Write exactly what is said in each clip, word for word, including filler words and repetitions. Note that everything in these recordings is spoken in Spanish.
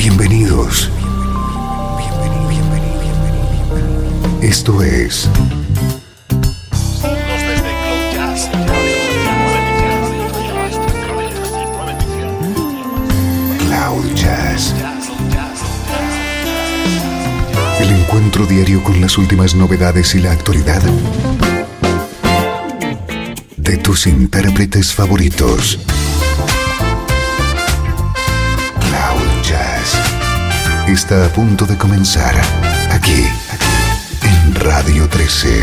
Bienvenidos. Esto es Cloud Jazz. El encuentro diario con las últimas novedades y la actualidad de tus intérpretes favoritos. Cloud Jazz está a punto de comenzar aquí, en Radio trece.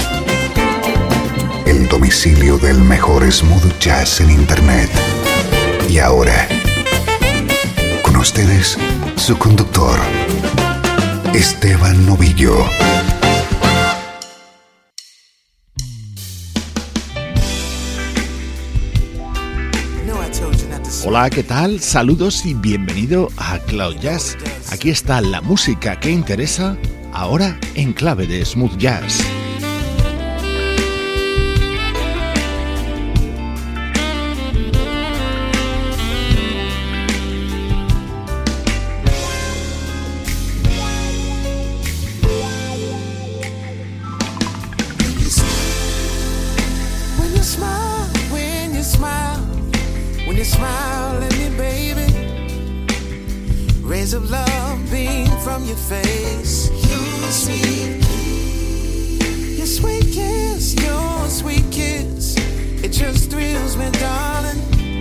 El domicilio del mejor smooth jazz en internet. Y ahora, con ustedes, su conductor, Esteban Novillo. Hola, ¿qué tal? Saludos y bienvenido a Cloud Jazz. Aquí está la música que interesa, ahora en clave de smooth jazz. Of love beam from your face. Your sweet kiss, your sweet kiss, your sweet kiss. It just thrills me, darling.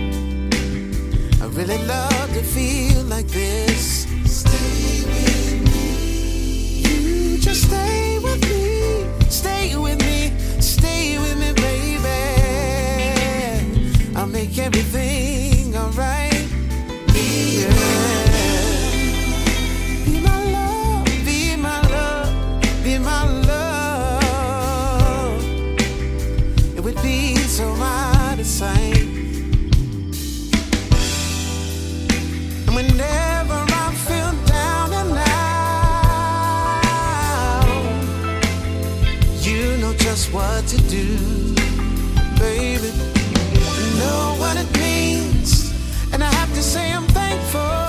I really love to feel like this. Stay with me. You just stay with me. Stay with me. Stay with me, baby. I'll make everything alright. Yeah. What to do, baby. I know what it means, and I have to say I'm thankful,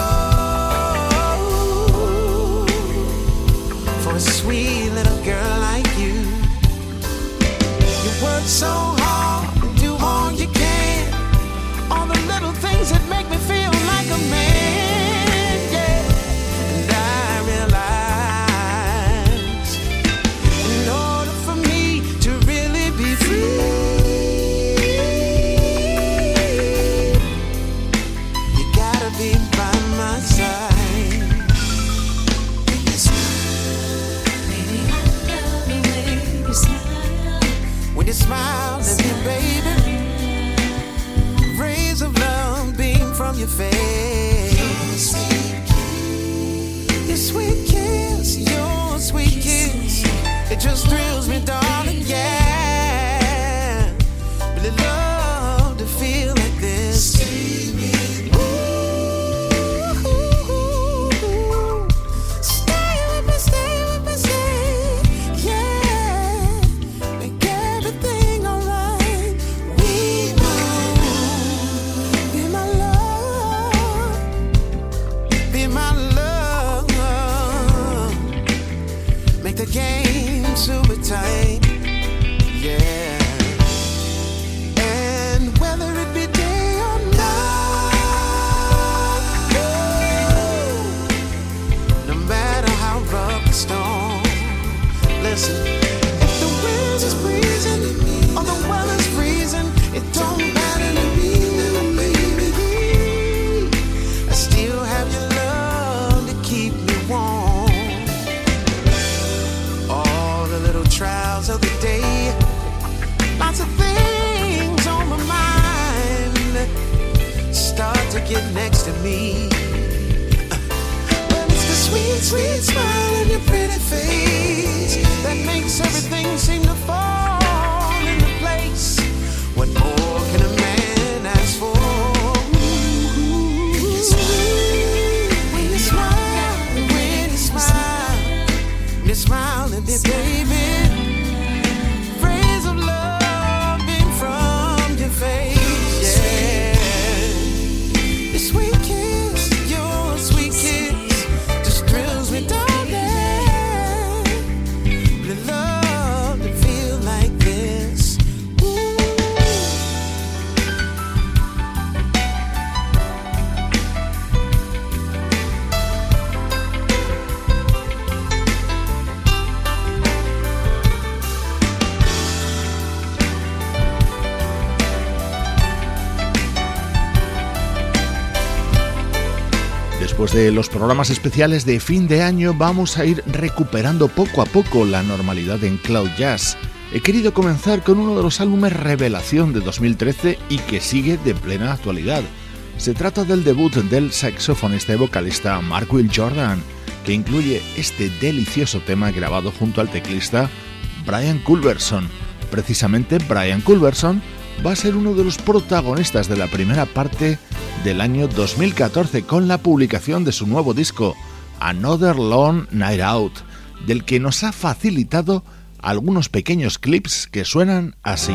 thankful for a sweet little girl like you. You work so hard and do all you can, all the little things that make me feel like a man, yeah. And I realize you smile at me, baby. Rays of love beam from your face. Your sweet kiss, your sweet kiss. It just thrills me, darling, yeah. Really love to feel like this. The game super tight, yeah. And whether it be day or night, no matter how rough the storm, listen, if the wind is breezing or the weather's freezing, it don't matter to me, baby. I still have your love to keep me warm. Trials of the day, lots of things on my mind start to get next to me. But it's the sweet, sweet smile on your pretty face that makes everything seem to fall into place. What more can a man ask for? When you smile, when you smile, when you smile, you smile at me, baby. Face, yeah. Your sweet kiss, your sweet kiss. Después de los programas especiales de fin de año, vamos a ir recuperando poco a poco la normalidad en Cloud Jazz. He querido comenzar con uno de los álbumes revelación de dos mil trece y que sigue de plena actualidad. Se trata del debut del saxofonista y vocalista Mark Will Jordan, que incluye este delicioso tema grabado junto al teclista Brian Culberson. Precisamente Brian Culberson va a ser uno de los protagonistas de la primera parte del año dos mil catorce con la publicación de su nuevo disco Another Long Night Out, del que nos ha facilitado algunos pequeños clips que suenan así.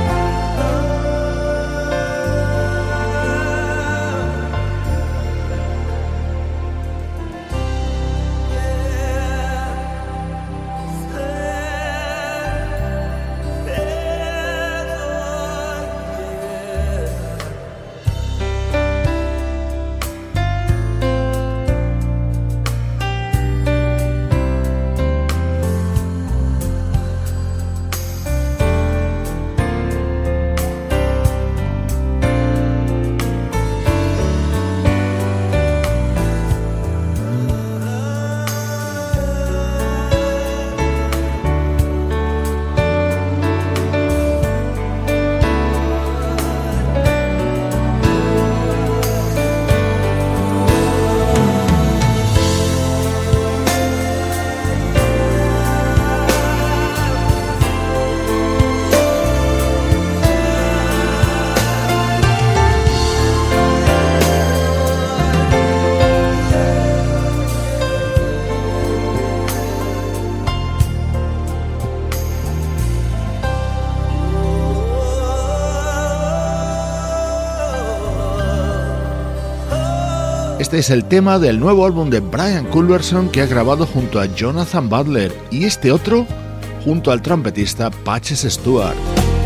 Este es el tema del nuevo álbum de Brian Culberson que ha grabado junto a Jonathan Butler y este otro junto al trompetista Patches Stewart.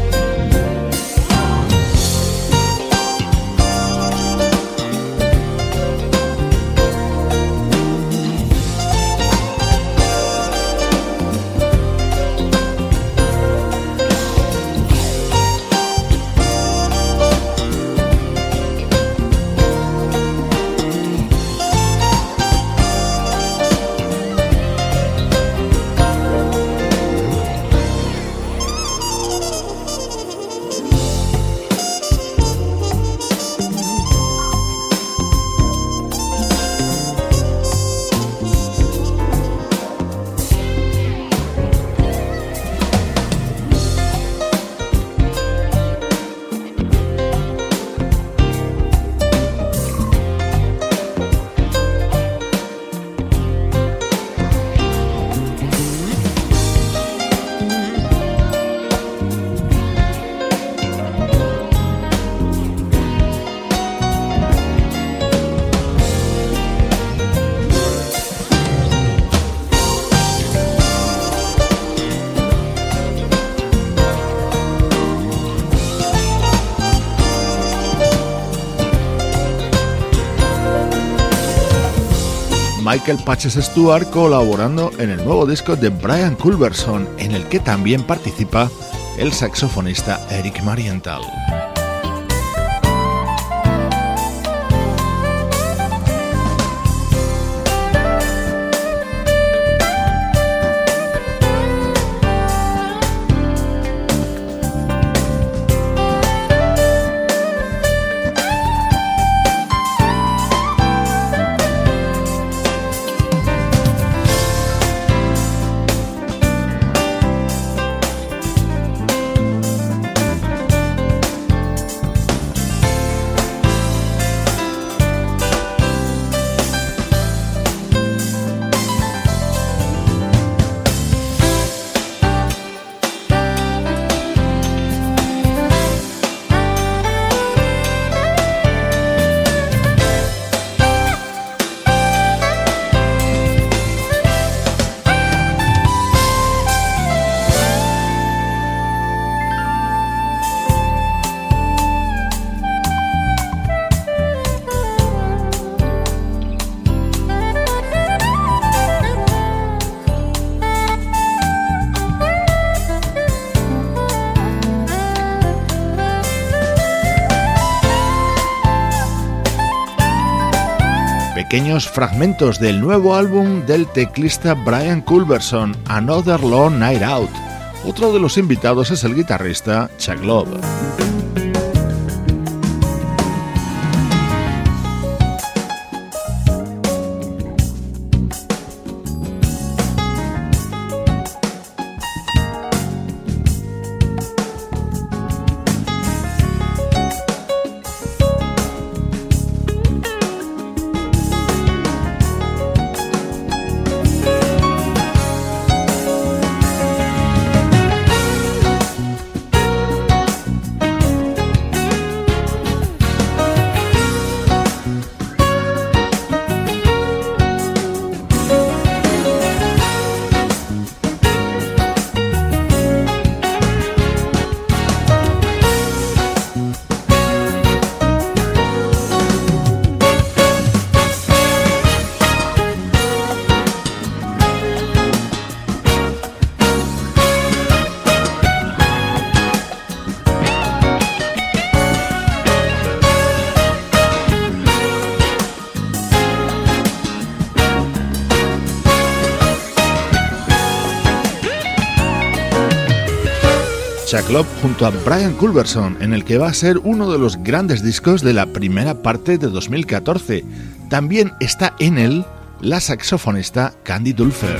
Michael Patches Stewart colaborando en el nuevo disco de Brian Culberson, en el que también participa el saxofonista Eric Marienthal. pequeños fragmentos del nuevo álbum del teclista Brian Culberson, Another Long Night Out. Otro de los invitados es el guitarrista Chuck Love. Chuck Love junto a Brian Culberson, en el que va a ser uno de los grandes discos de la primera parte de dos mil catorce. También está en él la saxofonista Candy Dulfer.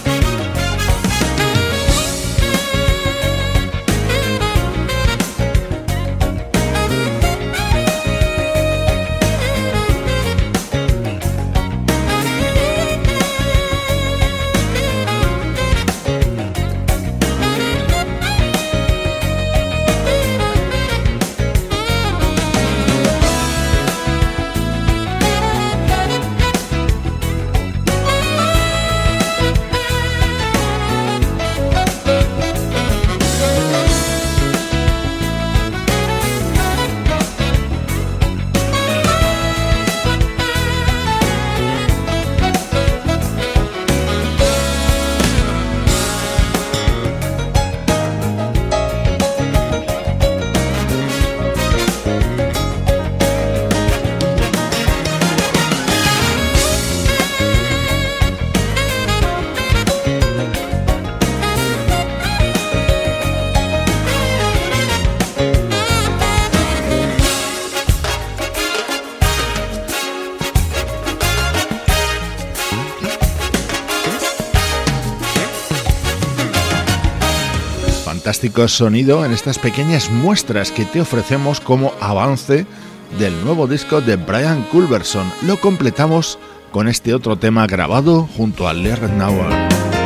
Fantástico sonido en estas pequeñas muestras que te ofrecemos como avance del nuevo disco de Brian Culberson. Lo completamos con este otro tema grabado junto a Lee Ritenour.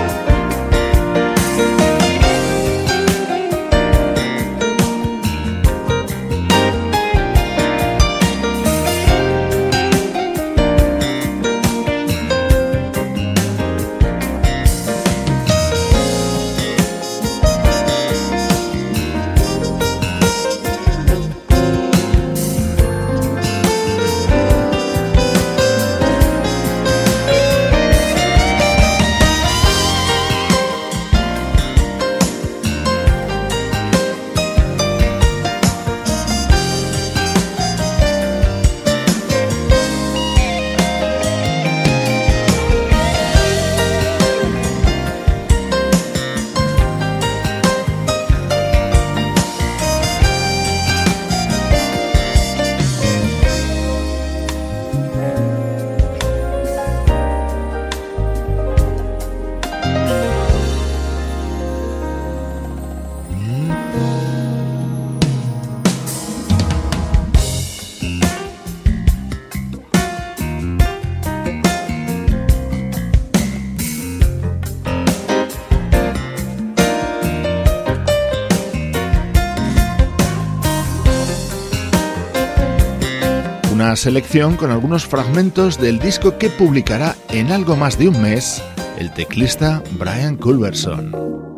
Una selección con algunos fragmentos del disco que publicará en algo más de un mes el teclista Brian Culberson.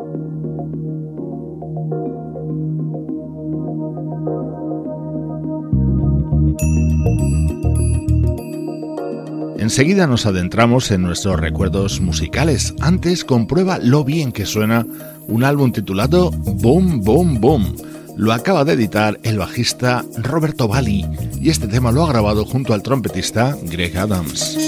Enseguida nos adentramos en nuestros recuerdos musicales. Antes, comprueba lo bien que suena un álbum titulado Boom Boom Boom. Lo acaba de editar el bajista Roberto Valli. y este tema lo ha grabado junto al trompetista Greg Adams.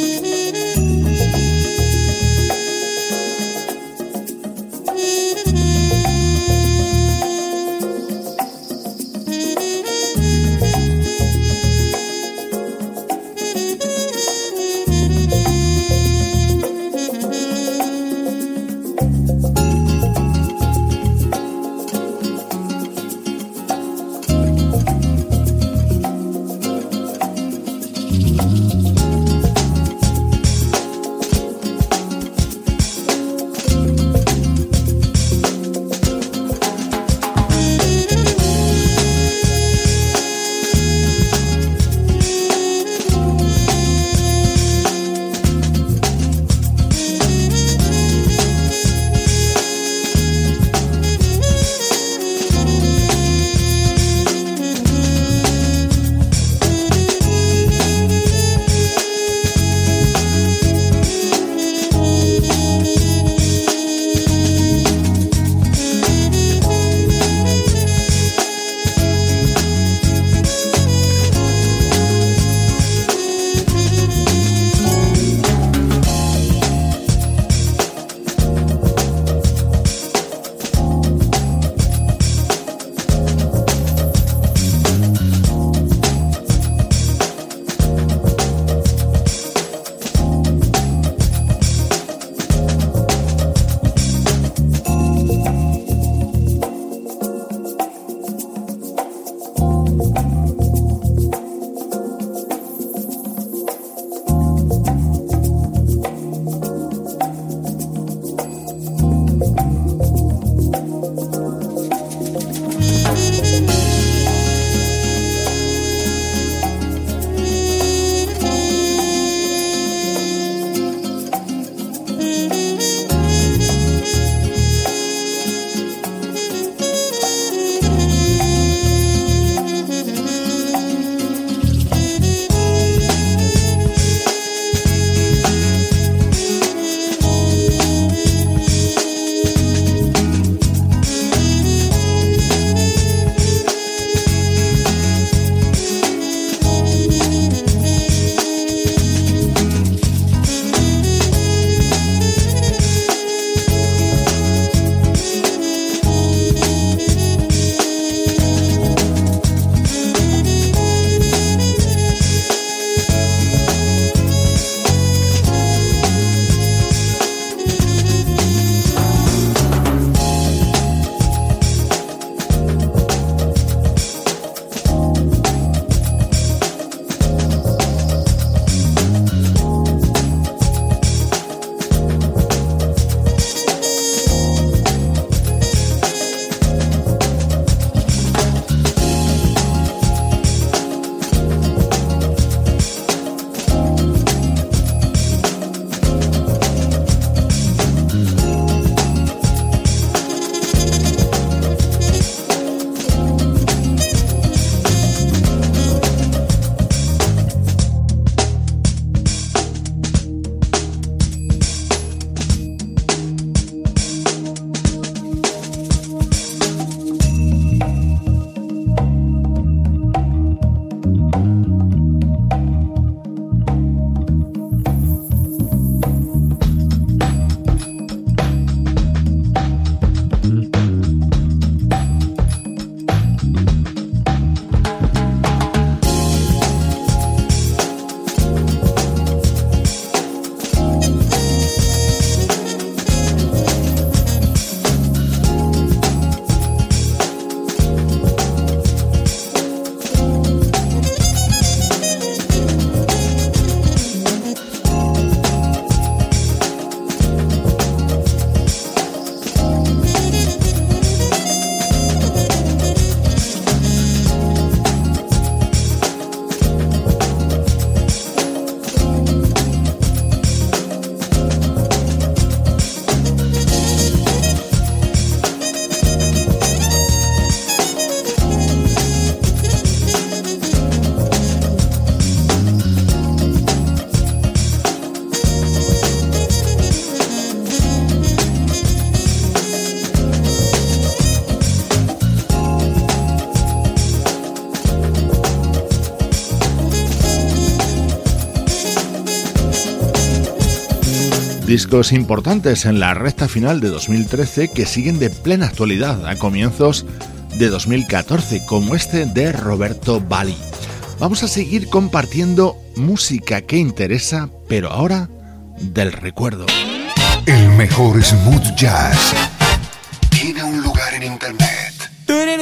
Discos importantes en la recta final de dos mil trece que siguen de plena actualidad a comienzos de dos mil catorce, como este de Roberto Bali. Vamos a seguir compartiendo música que interesa, pero ahora del recuerdo. El mejor smooth jazz tiene un lugar en internet.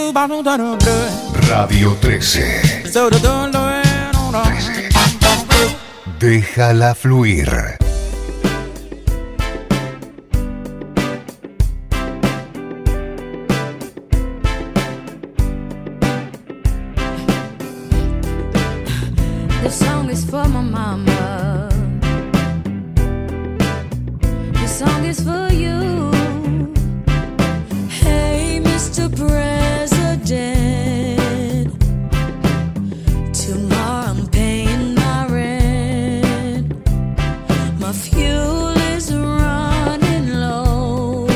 Radio trece. trece. Déjala fluir. This song is for my mama. This song is for you. Hey, Mister President, tomorrow I'm paying my rent. My fuel is running low,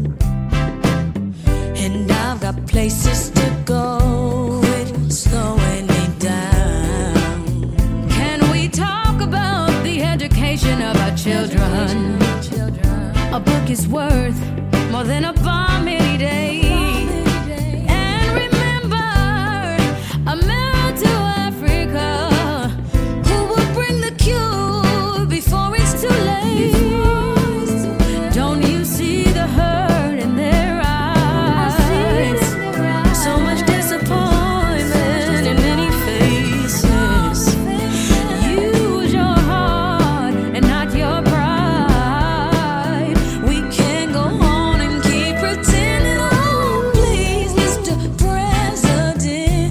and I've got places to go. Quit slowing me down. Can we talk about the education of our children? A book is worth more than a bomb any day. And remember, a mirror to Africa, who will bring the cure before it's too late. Don't you see the hurt in their eyes? So much disappointment in many faces. Use your heart and not your pride. We can't go on and keep pretending. Oh, please, Mister President,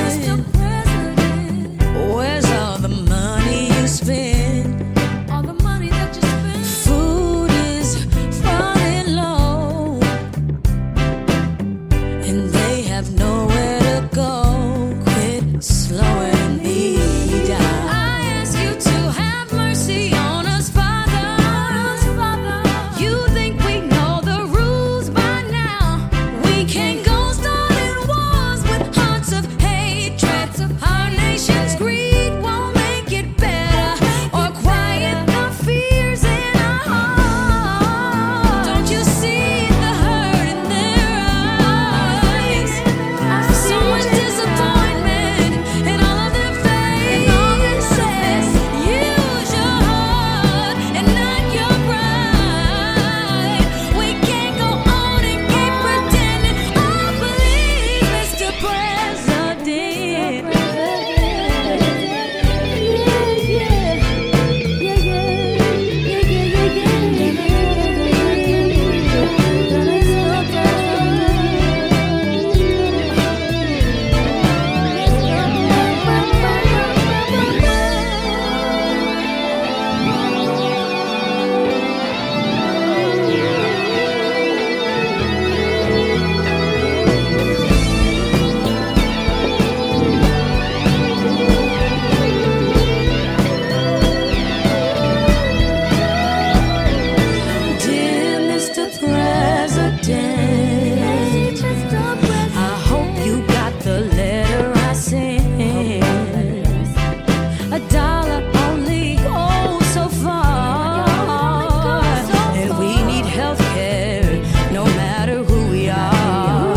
where's all the money you spend? All the money that you spend. Food is running low, and they have nowhere to go. Quit slowing me down. I ask you to have mercy on us, Father. You think we know the rules by now? We can't go starting wars with hearts of hatred. Our nation's greed won't make it better or quiet the fears in our hearts. Don't you see the hurt in their eyes? So much disappointment in all of their faces. Use your heart and not your pride. We can't go on and keep pretending. Oh, please, Mister President. Dear Mister President, I hope you got the letter I sent. A dollar only goes so far, and we need health care no matter who we are.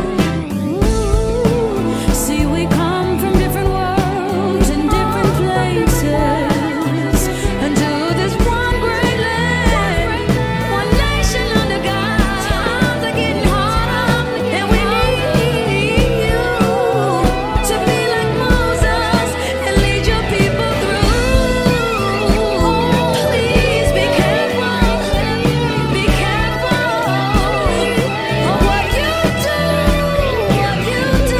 See, we come from different worlds and different places, until this one great land, one nation under God. Times are getting harder, and we need you to be like Moses and lead your people through. Please be careful, be careful of what you do, what you do.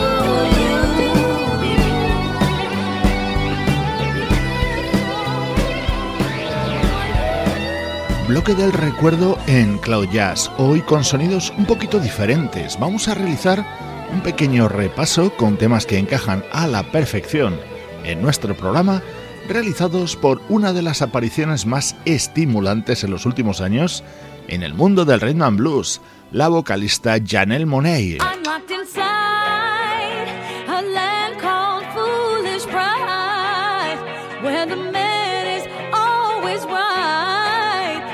Bloque del recuerdo en Cloud Jazz, hoy con sonidos un poquito diferentes. Vamos a realizar un pequeño repaso con temas que encajan a la perfección en nuestro programa, realizados por una de las apariciones más estimulantes en los últimos años en el mundo del rhythm and blues, la vocalista Janelle Monáe. I'm locked inside a land called foolish pride, where the man is always right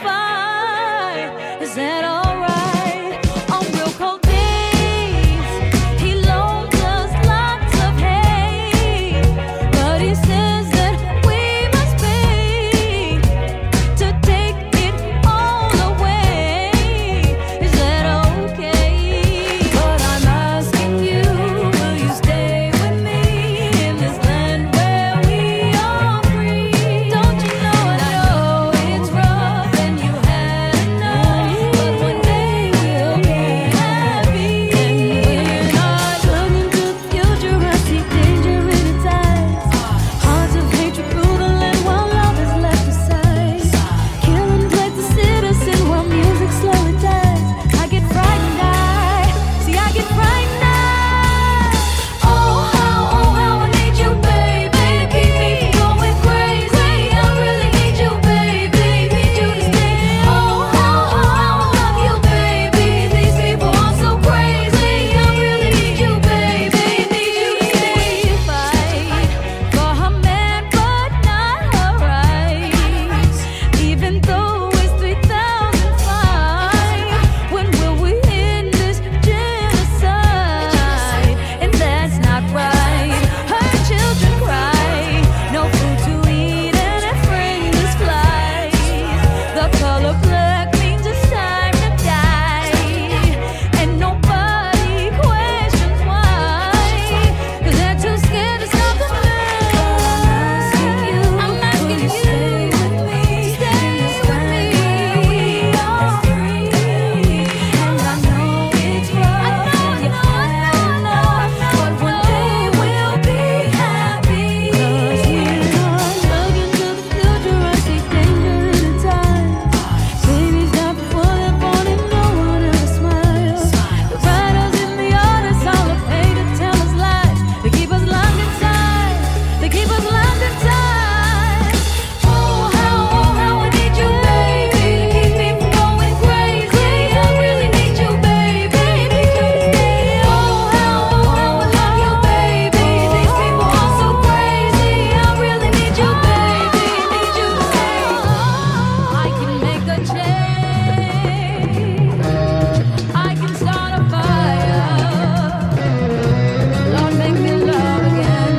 fire. Is that alright? On real cold days, he loans us lots of hate, but he says that we must pay to take it all away. Is that okay? But I'm asking you, will you stay with me in this land where we are free? Don't you know I know it's rough and you had enough, but one day we'll be happy. And we're not looking to the future, I see danger in its eyes. Hearts of hatred rule the land while love is left aside. Killing plays the citizen while music slowly dies. I get frightened, I see I get frightened, I oh how, oh how I need you, baby, to keep me from going crazy. I really need you, baby, need you to stay. Oh how, oh how I love you, baby. These people are so crazy. I really need you, baby, need you to stay. Fight for her man, but not her rights. Even though it's three thousand five, when will we end this genocide? And that's not right. Her children cry, no food to eat and a friend is flight. The color black means it's time to die, and nobody questions why, 'cause they're too scared to stop the man. I'm asking you, stay with me, stay with me. We are free, and I know it's rough, and you had enough, but one day we'll be happy. 'Cause we're not looking to the future, I see danger in its eyes. Babies die before they're born and no one ever smiles. The writers and the artists all are paid to tell us lies. They keep us locked inside, they keep us locked inside. Oh how, oh how I need you, baby, to keep me from going crazy. I really need you, baby, need you to stay. Oh how, oh how I love you, baby. These people are so crazy. I really need you, baby, need you to stay. I can make a change, I can start a fire. Lord, make me love again.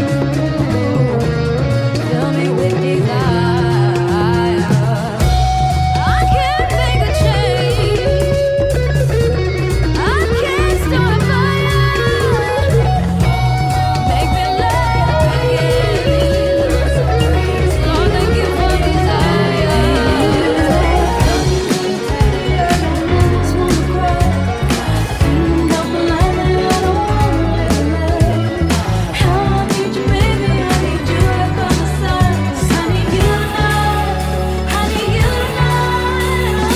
Fill me with desire. I can make a change, I can start a fire. Make me love again. Lord, thank you for desire. Just wanna cry. Don't believe me, I don't wanna. How I need you, baby, I need you to come aside. 'Cause I need you tonight, I need you tonight.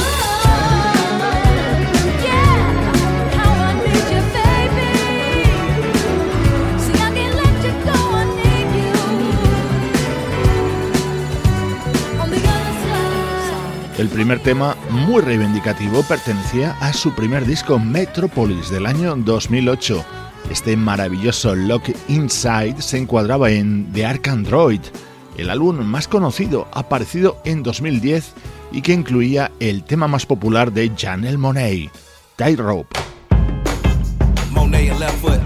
Yeah, how I need you, baby. See, I can't let you go, I need you on the other side. El primer tema, muy reivindicativo, pertenecía a su primer disco Metropolis del año dos mil ocho. Este maravilloso Lock Inside se encuadraba en The Ark Android, el álbum más conocido, aparecido en dos mil diez y que incluía el tema más popular de Janelle Monáe, Tightrope. Monet and left foot.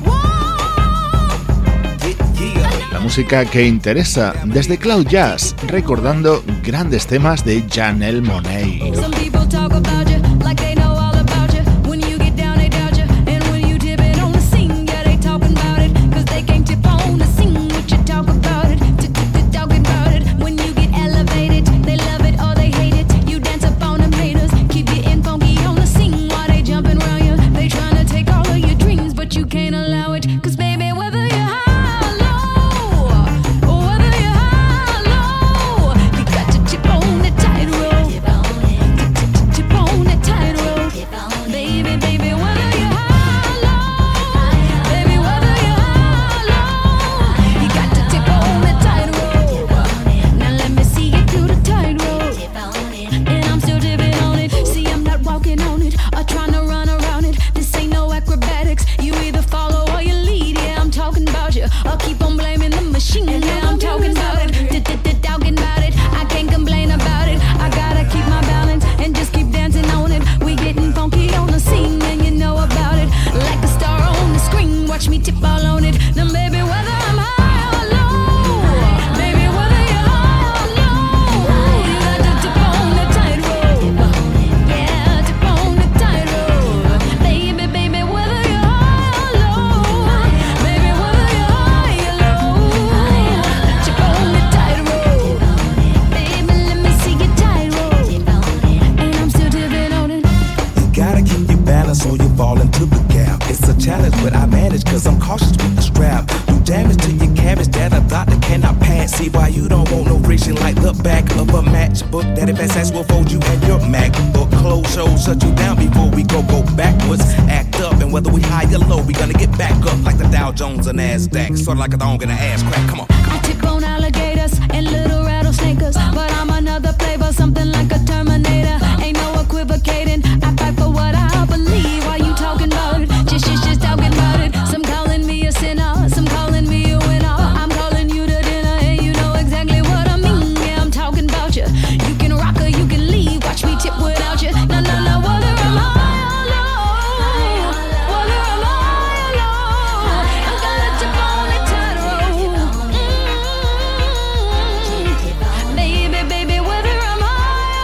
Yeah, yeah. La música que interesa desde Cloud Jazz, recordando grandes temas de Janelle Monáe. Some people talk about you like they know all about you. When you get down, they doubt you. And when you dip it on the scene, yeah, they talking about it. 'Cause they can't tip on the scene what you talk about it. Talking about it. When you get elevated, they love it or they hate it. You dance up on them haters. Keep getting funky on the scene while they jumping around you. They trying to take all of your dreams, but you can't allow it. 'Cause baby, whether you're high or low, or whether you're high or low, you got to tip on the tightrope. Tip on a strap. Do damage to your cabbage that a doctor cannot pass. See why you don't want no friction like the back of a matchbook. That if S will fold you and your MacBook. Close shows shut you down before we go go backwards. Act up and whether we high or low, we gonna get back up like the Dow Jones and NASDAQ. Sort of like a dog in an ass crack. Come on. I tip on alligators and little rattlesnakers, but I'm another flavor, something like a Terminator. Ain't no equivocating. I fight for what I believe. Why you talking about it? Just, just, just talking about it. Some calling me a sinner, some calling me a winner. I'm calling you to dinner, and you know exactly what I mean. Yeah, I'm talking about you. You can rock or you can leave. Watch me tip without you. No, no, no. Whether am I alone? Whether am I alone? I'm gonna tip on the tightrope. Mm-hmm. Baby, baby, whether am I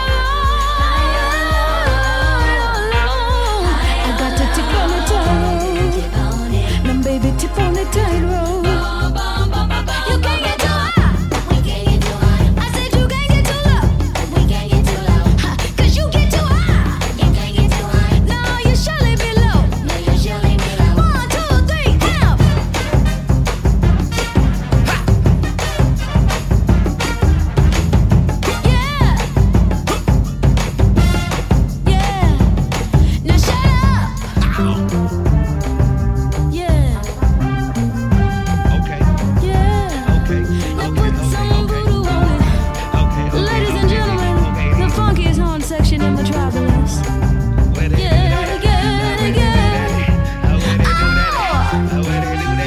alone? I got to tip on the tightrope. Now, baby, tip on the tightrope. You can't get too high. We can't get too high. I said you can't get too low. We can't get too low. Cause you get too high. You can't get too high. No, you surely be low. No, you surely be low. One, two, three, help. Yeah. Yeah. Now shut up. Yeah. Okay, Yeah. okay, Now put some voodoo on it. okay, okay. Ladies and gentlemen, the funkiest horn section in Metropolis. Where they do Yeah, that? yeah, yeah. Where they do that? Where they do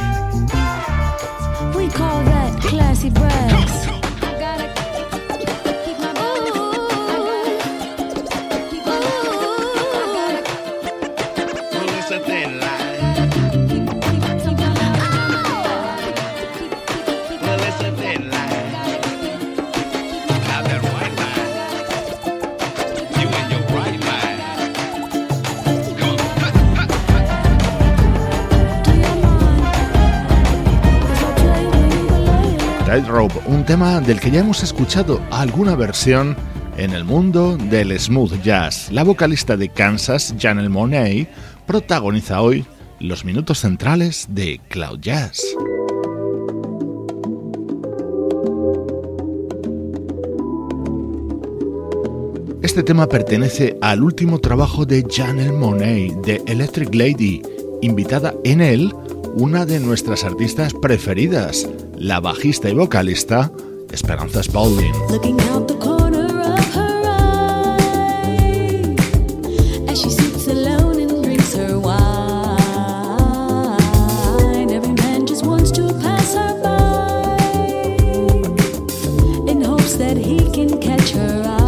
that? We call that classy brass. I gotta keep my boo. Keep my Well, it's a thin line. Well, it's a thin line. Now that white line. You in your right mind. Come on. Do you mind? 'Cause I play with the light. Tightrope, un tema del que ya hemos escuchado alguna versión en el mundo del smooth jazz. La vocalista de Kansas, Janelle Monáe, protagoniza hoy los minutos centrales de Cloud Jazz. Este tema pertenece al último trabajo de Janelle Monáe, de Electric Lady, invitada en él una de nuestras artistas preferidas, la bajista y vocalista Esperanza Spalding. Looking out the corner of her eye as she sits alone and drinks her wine. Every man just wants to pass her by in hopes that he can catch her eye.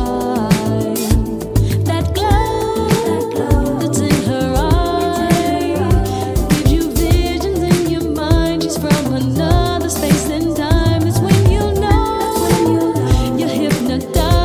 That glow, that glow that's in her eye gives you visions in your mind. She's from another space and time. That's when you know you're hypnotized.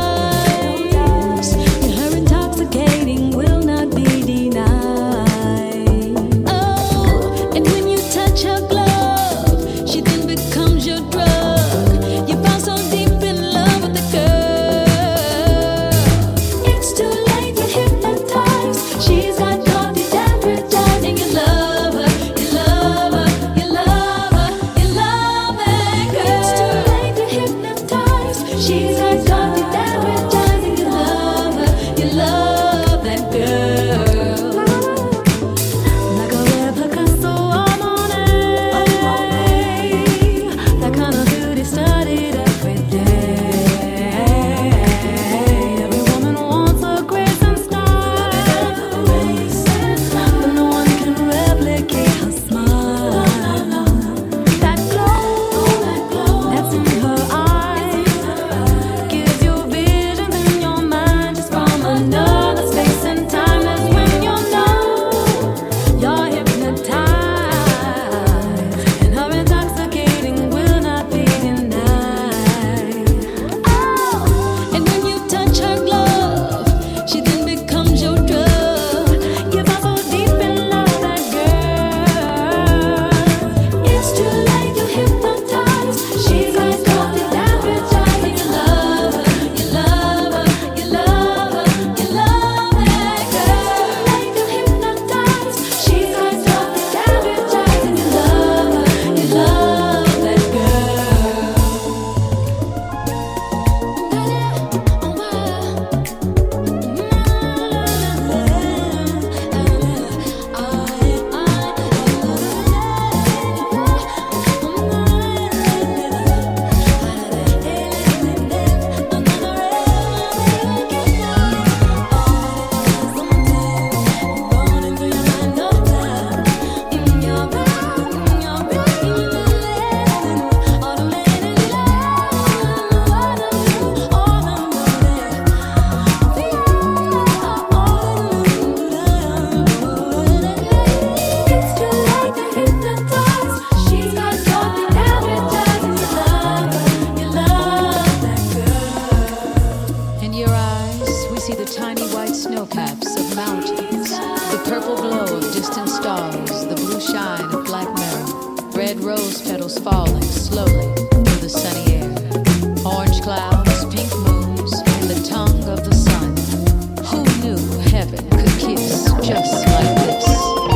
red rose petals falling slowly through the sunny air. Orange clouds, pink moons, and the tongue of the sun. Who knew heaven could kiss just like this?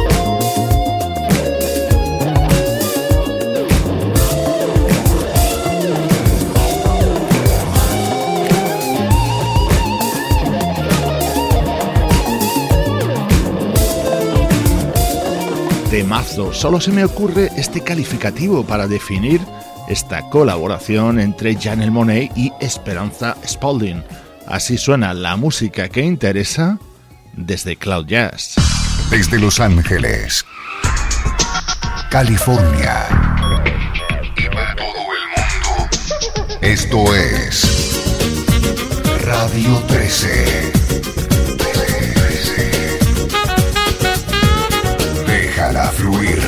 Temazo, solo se me ocurre este calificativo para definir esta colaboración entre Janelle Monáe y Esperanza Spalding. Así suena la música que interesa desde Cloud Jazz. Desde Los Ángeles, California y para todo el mundo, esto es Radio trece. Déjala fluir.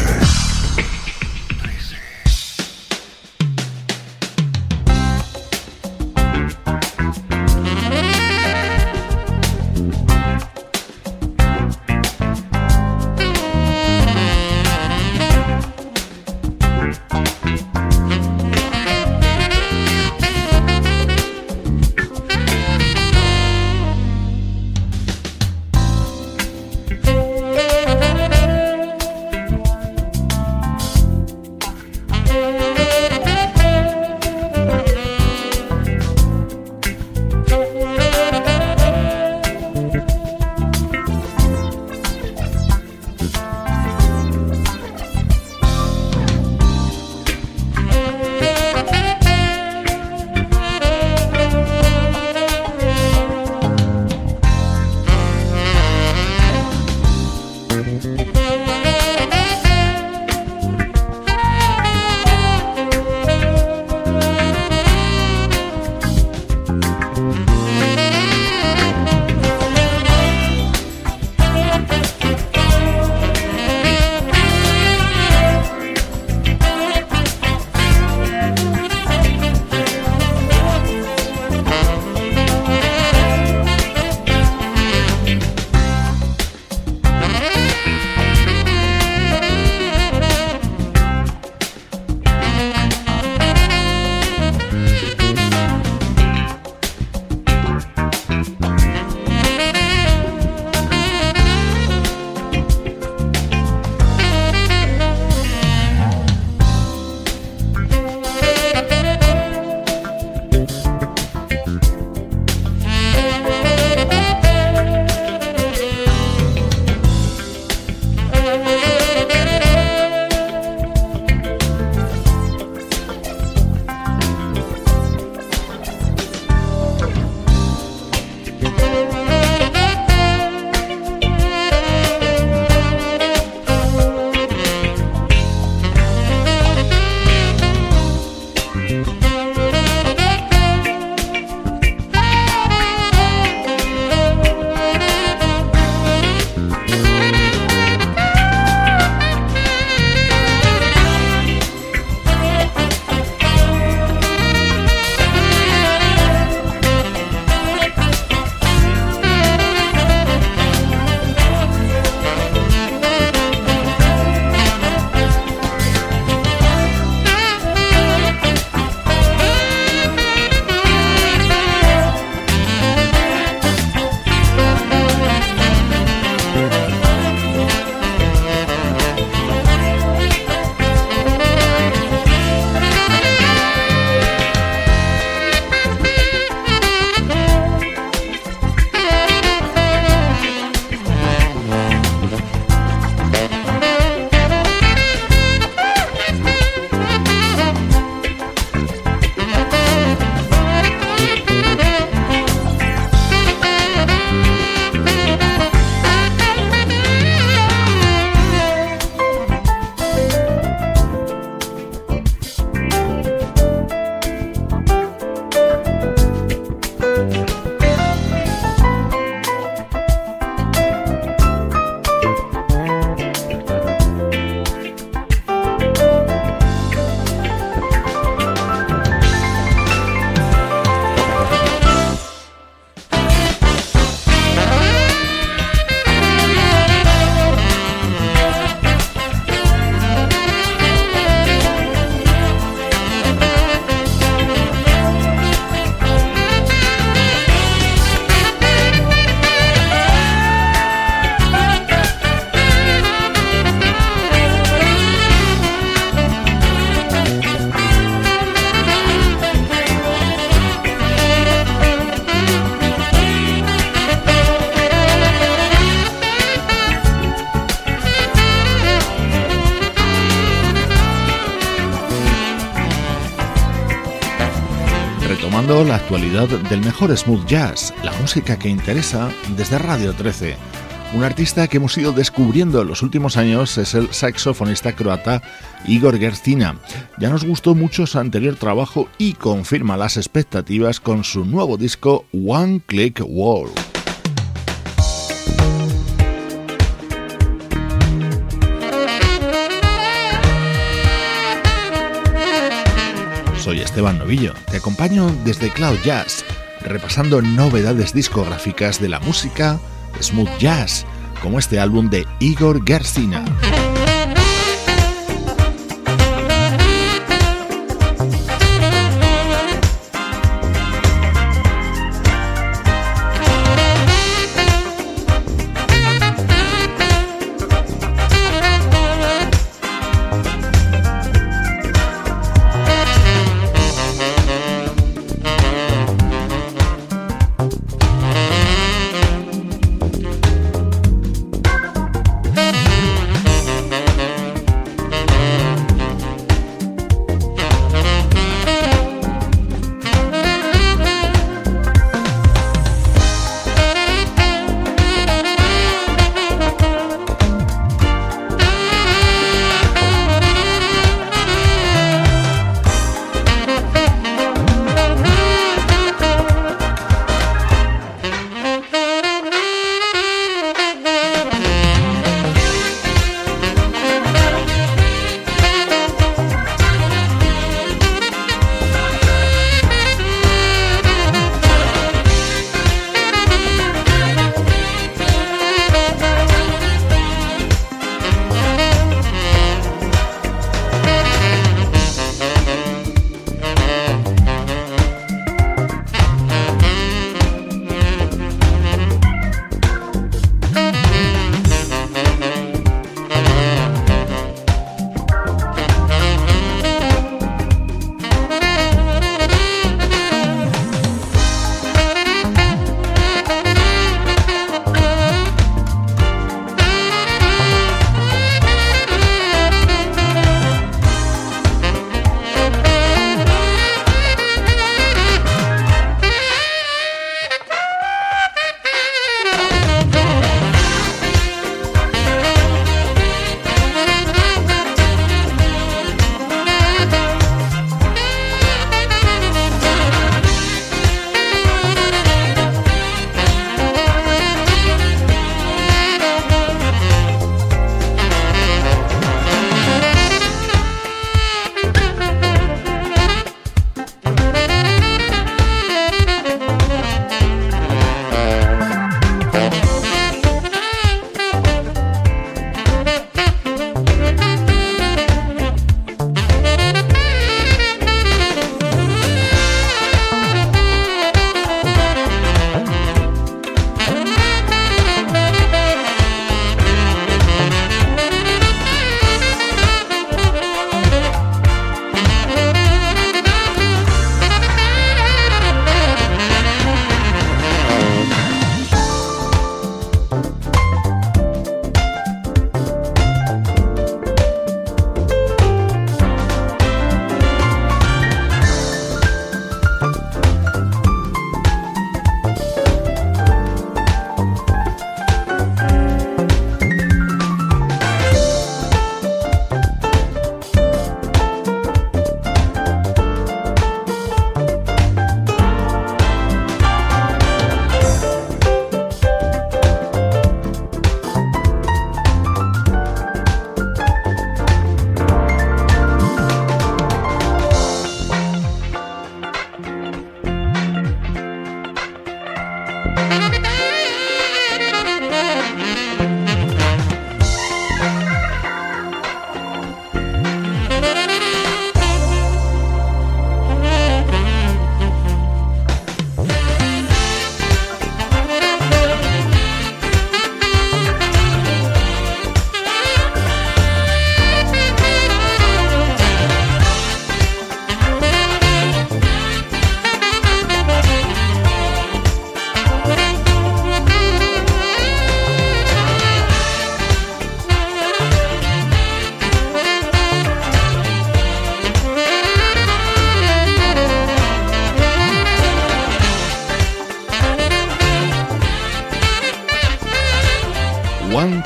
retomando la actualidad del mejor smooth jazz, la música que interesa desde Radio trece. Un artista que hemos ido descubriendo en los últimos años es el saxofonista croata Igor Gercina. Ya nos gustó mucho su anterior trabajo y confirma las expectativas con su nuevo disco One Click Wall. Soy Esteban Novillo, te acompaño desde Cloud Jazz, repasando novedades discográficas de la música smooth jazz, como este álbum de Igor Gercina.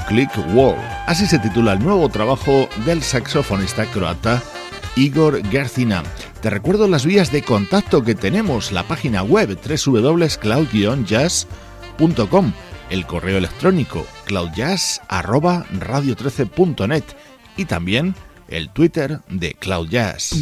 Click Wall. Así se titula el nuevo trabajo del saxofonista croata Igor Gercina. Te recuerdo las vías de contacto que tenemos: la página web doble u doble u doble u punto cloud guion jazz punto com, el correo electrónico cloudjazz arroba radio trece punto net y también el Twitter de Cloud Jazz.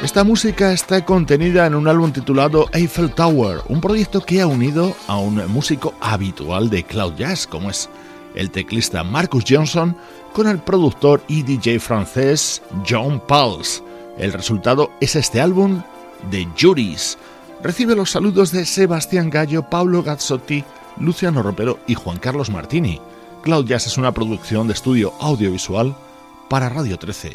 Esta música está contenida en un álbum titulado Eiffel Tower, un proyecto que ha unido a un músico habitual de Cloud Jazz, como es el teclista Marcus Johnson, con el productor y D J francés John Pauls. El resultado es este álbum de Juris. Recibe los saludos de Sebastián Gallo, Pablo Gazzotti, Luciano Ropero y Juan Carlos Martini. Cloud Jazz es una producción de estudio audiovisual para Radio trece.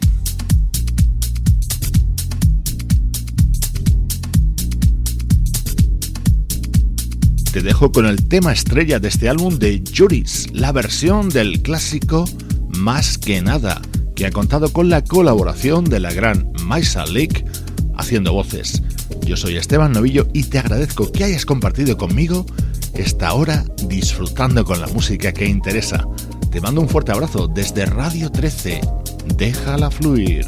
Te dejo con el tema estrella de este álbum de Juris, la versión del clásico Más que nada, que ha contado con la colaboración de la gran Maisa Leak haciendo voces. Yo soy Esteban Novillo y te agradezco que hayas compartido conmigo esta hora disfrutando con la música que interesa. Te mando un fuerte abrazo desde Radio trece. Déjala fluir.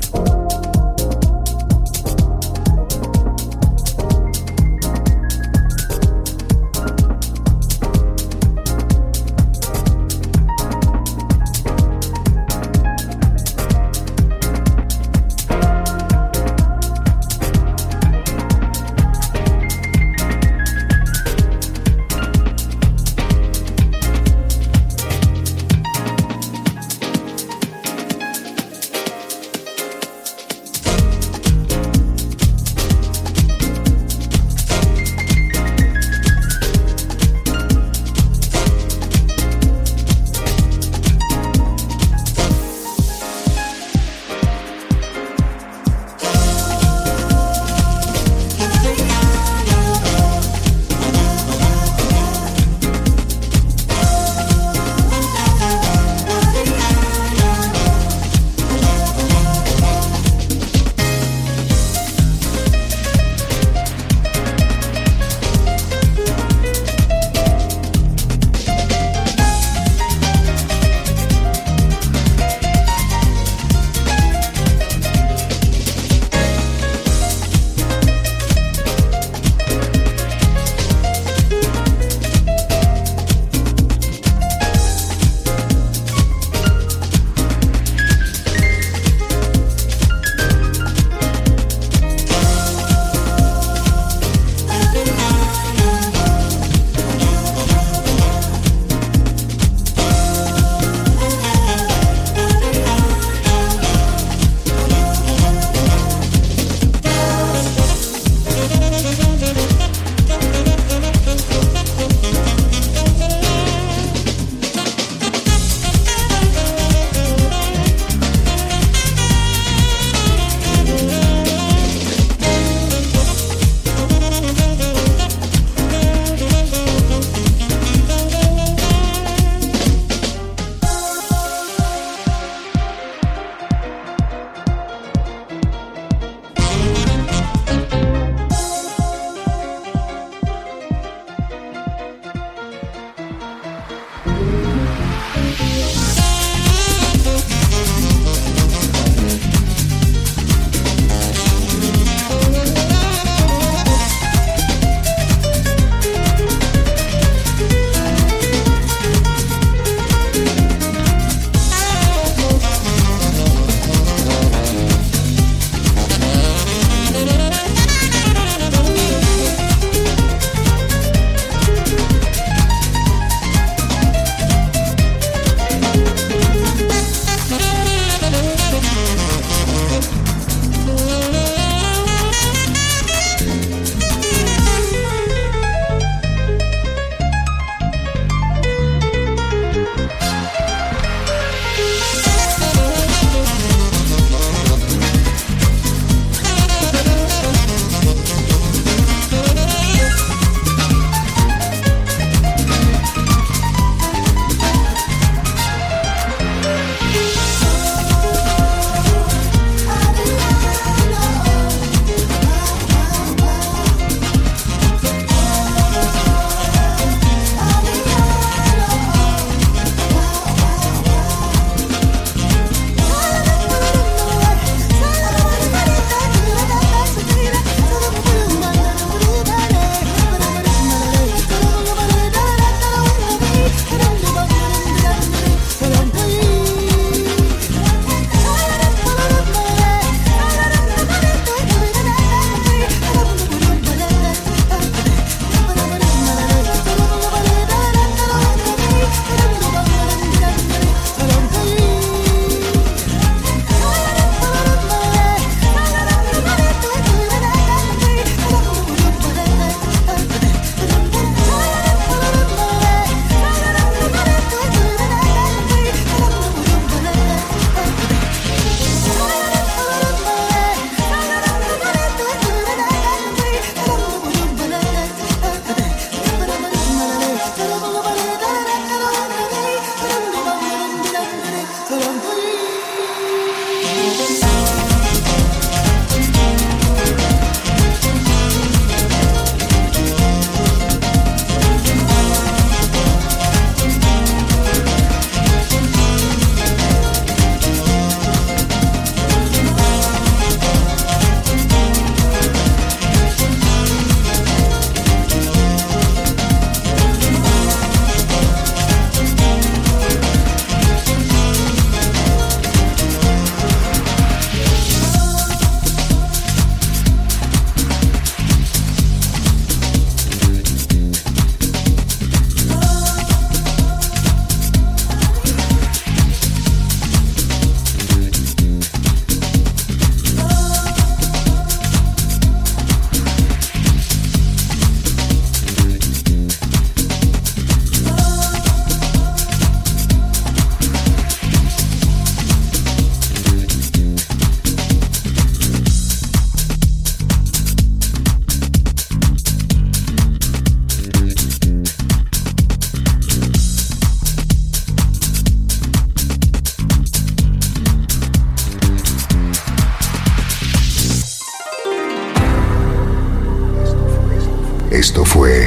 Esto fue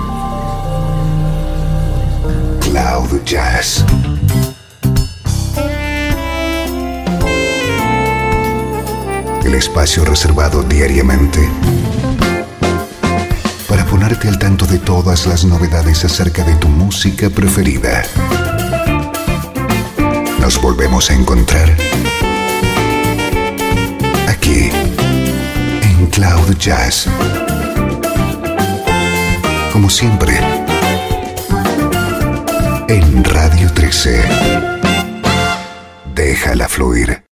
Cloud Jazz. El espacio reservado diariamente para ponerte al tanto de todas las novedades acerca de tu música preferida. Nos volvemos a encontrar aquí en Cloud Jazz. Como siempre, en Radio trece. Déjala fluir.